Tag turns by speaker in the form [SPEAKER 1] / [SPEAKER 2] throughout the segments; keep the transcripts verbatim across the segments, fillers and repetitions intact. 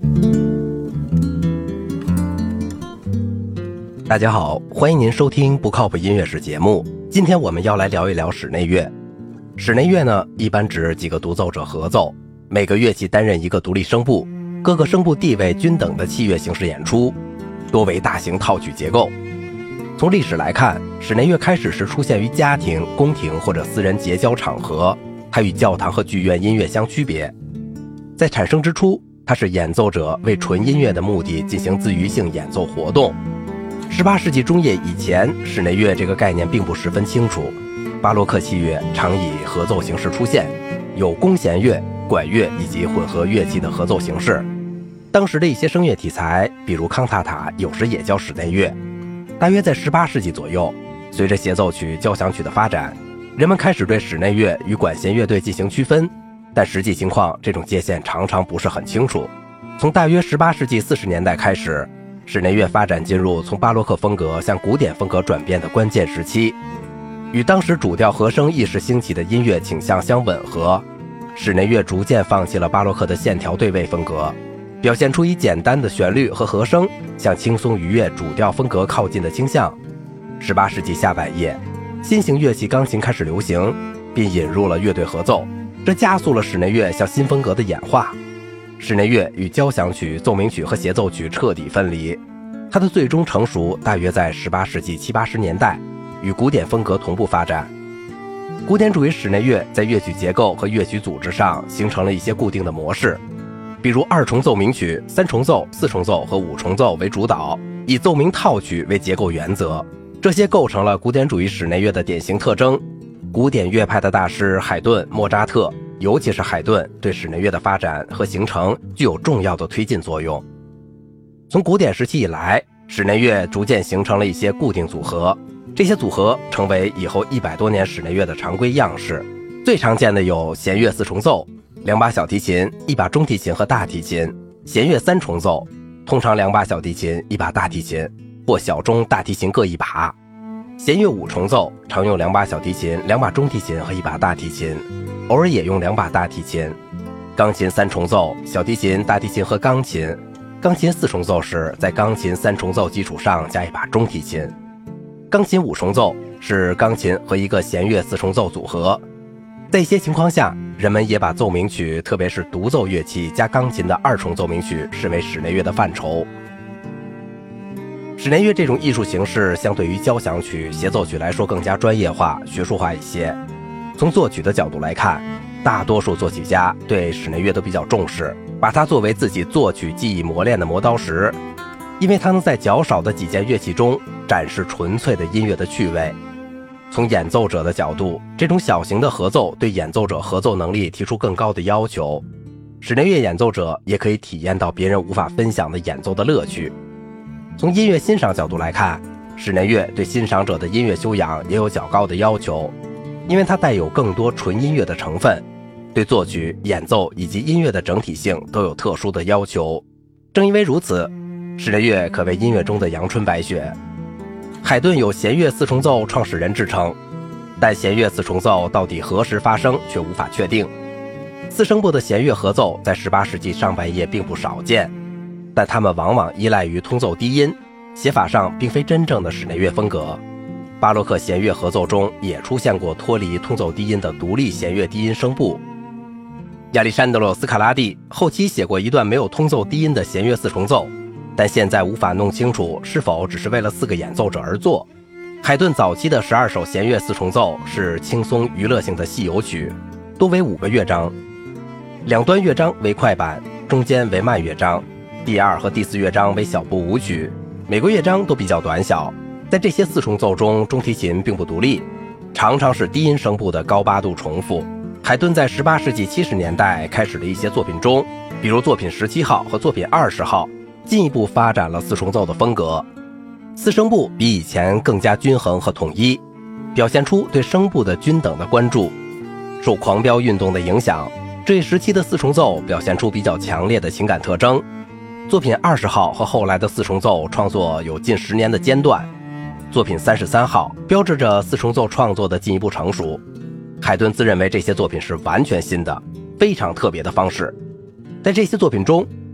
[SPEAKER 1] 大家好，欢迎您收听不靠谱音乐史节目。今天我们要来聊一聊室内乐。室内乐呢，一般指几个独奏者合奏，每个乐器担任一个独立声部，各个声部地位均等的器乐形式演出，多为大型套曲结构。从历史来看，室内乐开始时出现于家庭、宫廷或者私人结交场合，它与教堂和剧院音乐相区别。在产生之初，它是演奏者为纯音乐的目的进行自娱性演奏活动。十八世纪中叶以前，室内乐这个概念并不十分清楚。巴洛克器乐常以合奏形式出现，有弓弦乐、管乐以及混合乐器的合奏形式。当时的一些声乐题材，比如康塔塔，有时也叫室内乐。大约在十八世纪左右，随着协奏曲、交响曲的发展，人们开始对室内乐与管弦乐队进行区分，但实际情况这种界限常常不是很清楚。从大约十八世纪四十年代开始，室内乐发展进入从巴洛克风格向古典风格转变的关键时期，与当时主调和声意识兴起的音乐倾向相吻合。室内乐逐渐放弃了巴洛克的线条对位风格，表现出以简单的旋律和和声向轻松愉悦主调风格靠近的倾向。十八世纪下半叶，新型乐器钢琴开始流行，并引入了乐队合奏，这加速了室内乐向新风格的演化。室内乐与交响曲、奏鸣曲和协奏曲彻底分离，它的最终成熟大约在十八世纪七八十年代，与古典风格同步发展。古典主义室内乐在乐曲结构和乐曲组织上形成了一些固定的模式，比如二重奏鸣曲、三重奏、四重奏和五重奏为主导，以奏鸣套曲为结构原则，这些构成了古典主义室内乐的典型特征。古典乐派的大师海顿、莫扎特，尤其是海顿，对室内乐的发展和形成具有重要的推进作用。从古典时期以来，室内乐逐渐形成了一些固定组合，这些组合成为以后一百多年室内乐的常规样式。最常见的有弦乐四重奏，两把小提琴、一把中提琴和大提琴；弦乐三重奏，通常两把小提琴、一把大提琴，或小中大提琴各一把；弦乐五重奏，常用两把小提琴、两把中提琴和一把大提琴，偶尔也用两把大提琴；钢琴三重奏，小提琴、大提琴和钢琴；钢琴四重奏时，在钢琴三重奏基础上加一把中提琴；钢琴五重奏是钢琴和一个弦乐四重奏组合。在一些情况下，人们也把奏鸣曲，特别是独奏乐器加钢琴的二重奏鸣曲视为室内乐的范畴。室内乐这种艺术形式相对于交响曲、协奏曲来说更加专业化、学术化一些。从作曲的角度来看，大多数作曲家对室内乐都比较重视，把它作为自己作曲技艺磨练的磨刀石，因为它能在较少的几件乐器中展示纯粹的音乐的趣味。从演奏者的角度，这种小型的合奏对演奏者合奏能力提出更高的要求，室内乐演奏者也可以体验到别人无法分享的演奏的乐趣。从音乐欣赏角度来看，室内乐对欣赏者的音乐修养也有较高的要求，因为它带有更多纯音乐的成分，对作曲、演奏以及音乐的整体性都有特殊的要求。正因为如此，室内乐可谓音乐中的阳春白雪。海顿有弦乐四重奏创始人之称，但弦乐四重奏到底何时发生却无法确定。四声部的弦乐合奏在十八世纪上半叶并不少见，但它们往往依赖于通奏低音，写法上并非真正的室内乐风格。巴洛克弦乐合奏中也出现过脱离通奏低音的独立弦乐低音声部。亚历山德罗·斯卡拉蒂后期写过一段没有通奏低音的弦乐四重奏，但现在无法弄清楚是否只是为了四个演奏者而作。海顿早期的十二首弦乐四重奏是轻松娱乐性的戏游曲，多为五个乐章，两端乐章为快板，中间为慢乐章，第二和第四乐章为小步舞曲，每个乐章都比较短小。在这些四重奏中，中提琴并不独立，常常是低音声部的高八度重复。海顿在十八世纪七十年代开始的一些作品中，比如作品十七号和作品二十号，进一步发展了四重奏的风格。四声部比以前更加均衡和统一，表现出对声部的均等的关注。受狂飙运动的影响，这一时期的四重奏表现出比较强烈的情感特征。作品二十号和后来的四重奏创作有近十年的间断，作品三十三号标志着四重奏创作的进一步成熟。海顿自认为这些作品是完全新的、非常特别的方式。在这些作品中，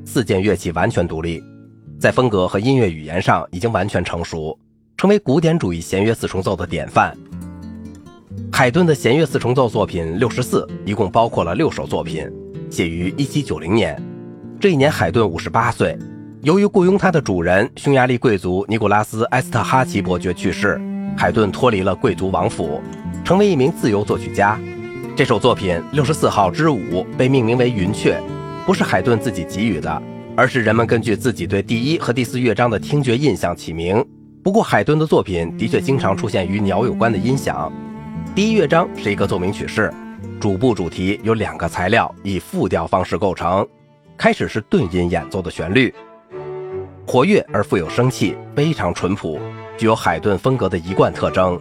[SPEAKER 1] 四件乐器完全独立，在风格和音乐语言上已经完全成熟，成为古典主义弦乐四重奏的典范。海顿的弦乐四重奏作品六十四一共包括了六首作品，写于一七九零年。这一年海顿五十八岁，由于雇佣他的主人匈牙利贵族尼古拉斯·埃斯特哈奇伯爵去世，海顿脱离了贵族王府，成为一名自由作曲家。这首作品六十四号之舞被命名为云雀，不是海顿自己给予的，而是人们根据自己对第一和第四乐章的听觉印象起名。不过海顿的作品的确经常出现与鸟有关的音响。第一乐章是一个奏鸣曲式，主部主题有两个材料以复调方式构成，开始是顿音演奏的旋律，活跃而富有生气，非常淳朴，具有海顿风格的一贯特征。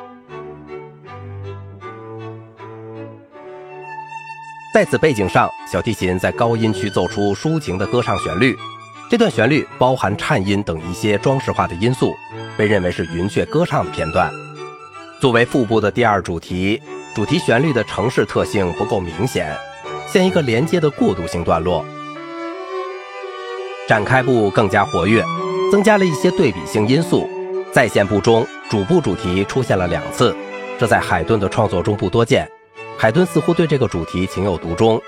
[SPEAKER 1] 在此背景上，小提琴在高音区奏出抒情的歌唱旋律，这段旋律包含颤音等一些装饰化的因素，被认为是云雀歌唱的片段。作为副部的第二主题，主题旋律的程式特性不够明显，像一个连接的过渡性段落。展开部更加活跃，增加了一些对比性因素。再现部中，主部主题出现了两次，这在海顿的创作中不多见。海顿似乎对这个主题情有独钟。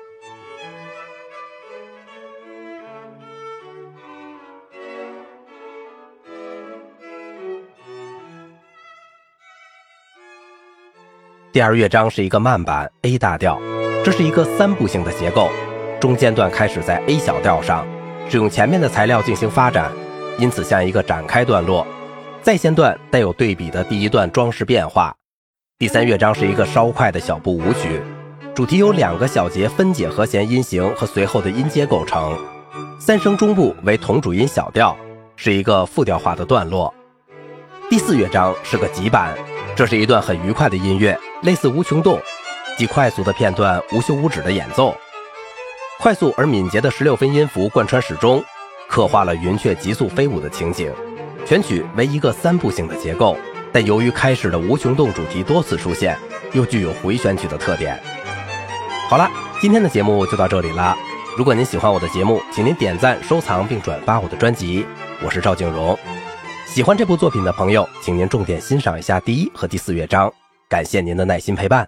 [SPEAKER 1] 第二乐章是一个慢板 A 大调，这是一个三部性的结构，中间段开始在 A 小调上，使用前面的材料进行发展，因此像一个展开段落。再现段带有对比的第一段装饰变化。第三乐章是一个稍快的小步舞曲，主题由两个小节分解和弦音型和随后的音阶构成。三声中部为同主音小调，是一个复调化的段落。第四乐章是个急板，这是一段很愉快的音乐，类似无穷动，即快速的片段无休无止的演奏，快速而敏捷的十六分音符贯穿始终，刻画了云雀急速飞舞的情景。全曲为一个三部性的结构，但由于开始的无穷动主题多次出现，又具有回旋曲的特点。好了，今天的节目就到这里了。如果您喜欢我的节目，请您点赞、收藏并转发我的专辑。我是赵静荣。喜欢这部作品的朋友，请您重点欣赏一下第一和第四乐章。感谢您的耐心陪伴。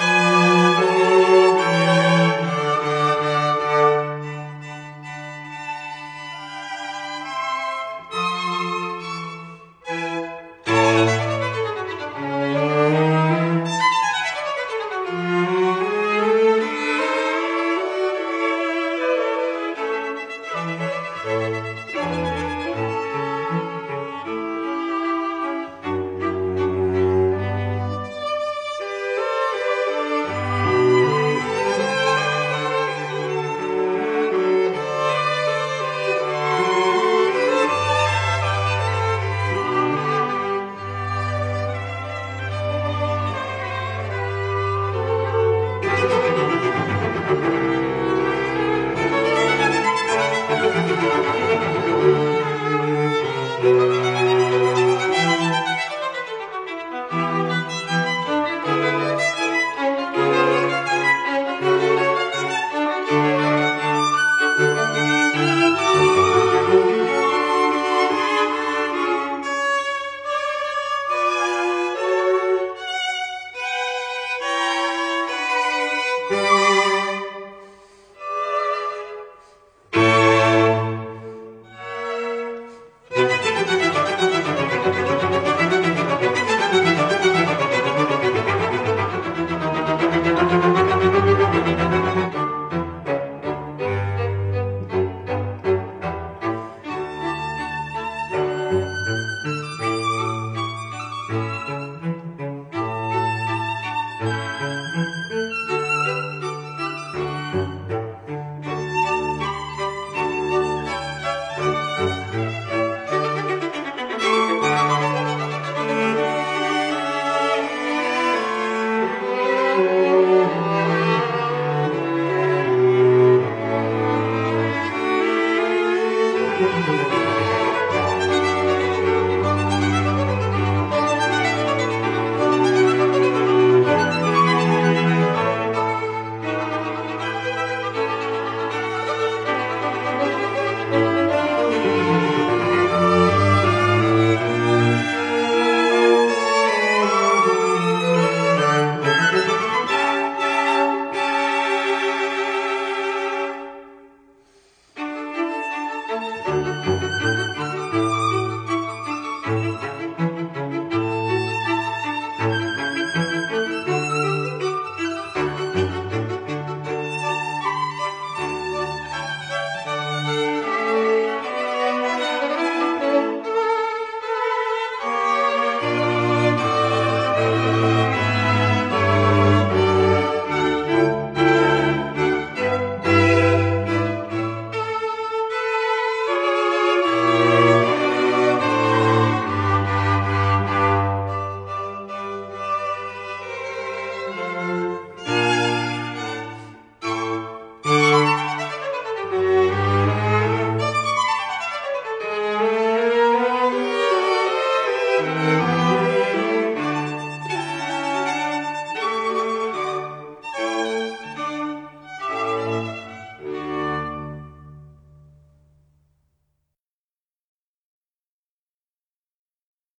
[SPEAKER 2] Thank you.